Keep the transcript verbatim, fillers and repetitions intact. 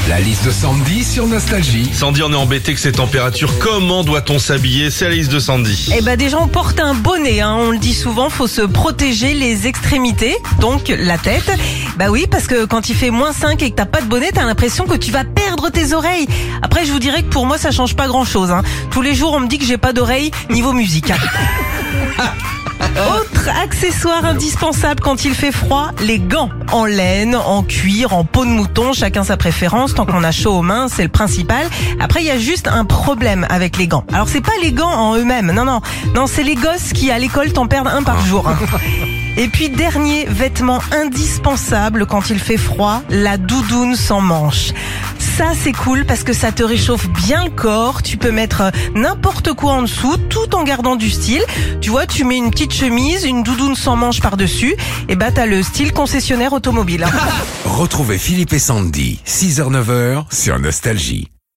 La liste de Sandy sur Nostalgie. Sandy, on est embêté que ces températures. Comment doit-on s'habiller? C'est la liste de Sandy. Eh ben déjà on porte un bonnet, hein. On le dit souvent, faut se protéger les extrémités, donc la tête. Bah oui, parce que quand il fait moins cinq et que t'as pas de bonnet, t'as l'impression que tu vas perdre tes oreilles. Après je vous dirais que pour moi ça change pas grand chose, hein. Tous les jours on me dit que j'ai pas d'oreilles niveau musique, hein. Autre accessoire indispensable quand il fait froid, les gants en laine, en cuir, en peau de mouton, chacun sa préférence, tant qu'on a chaud aux mains, c'est le principal. Après, il y a juste un problème avec les gants. Alors, c'est pas les gants en eux-mêmes, non, non, non, c'est les gosses qui, à l'école, t'en perdent un par jour. Et puis, dernier vêtement indispensable quand il fait froid, la doudoune sans manches. Ça, c'est cool parce que ça te réchauffe bien le corps. Tu peux mettre n'importe quoi en dessous tout en gardant du style. Tu vois, tu mets une petite chemise, une doudoune sans manches par-dessus. Et bah, t'as le style concessionnaire automobile. Retrouvez Philippe et Sandy, six heures neuf heures sur Nostalgie.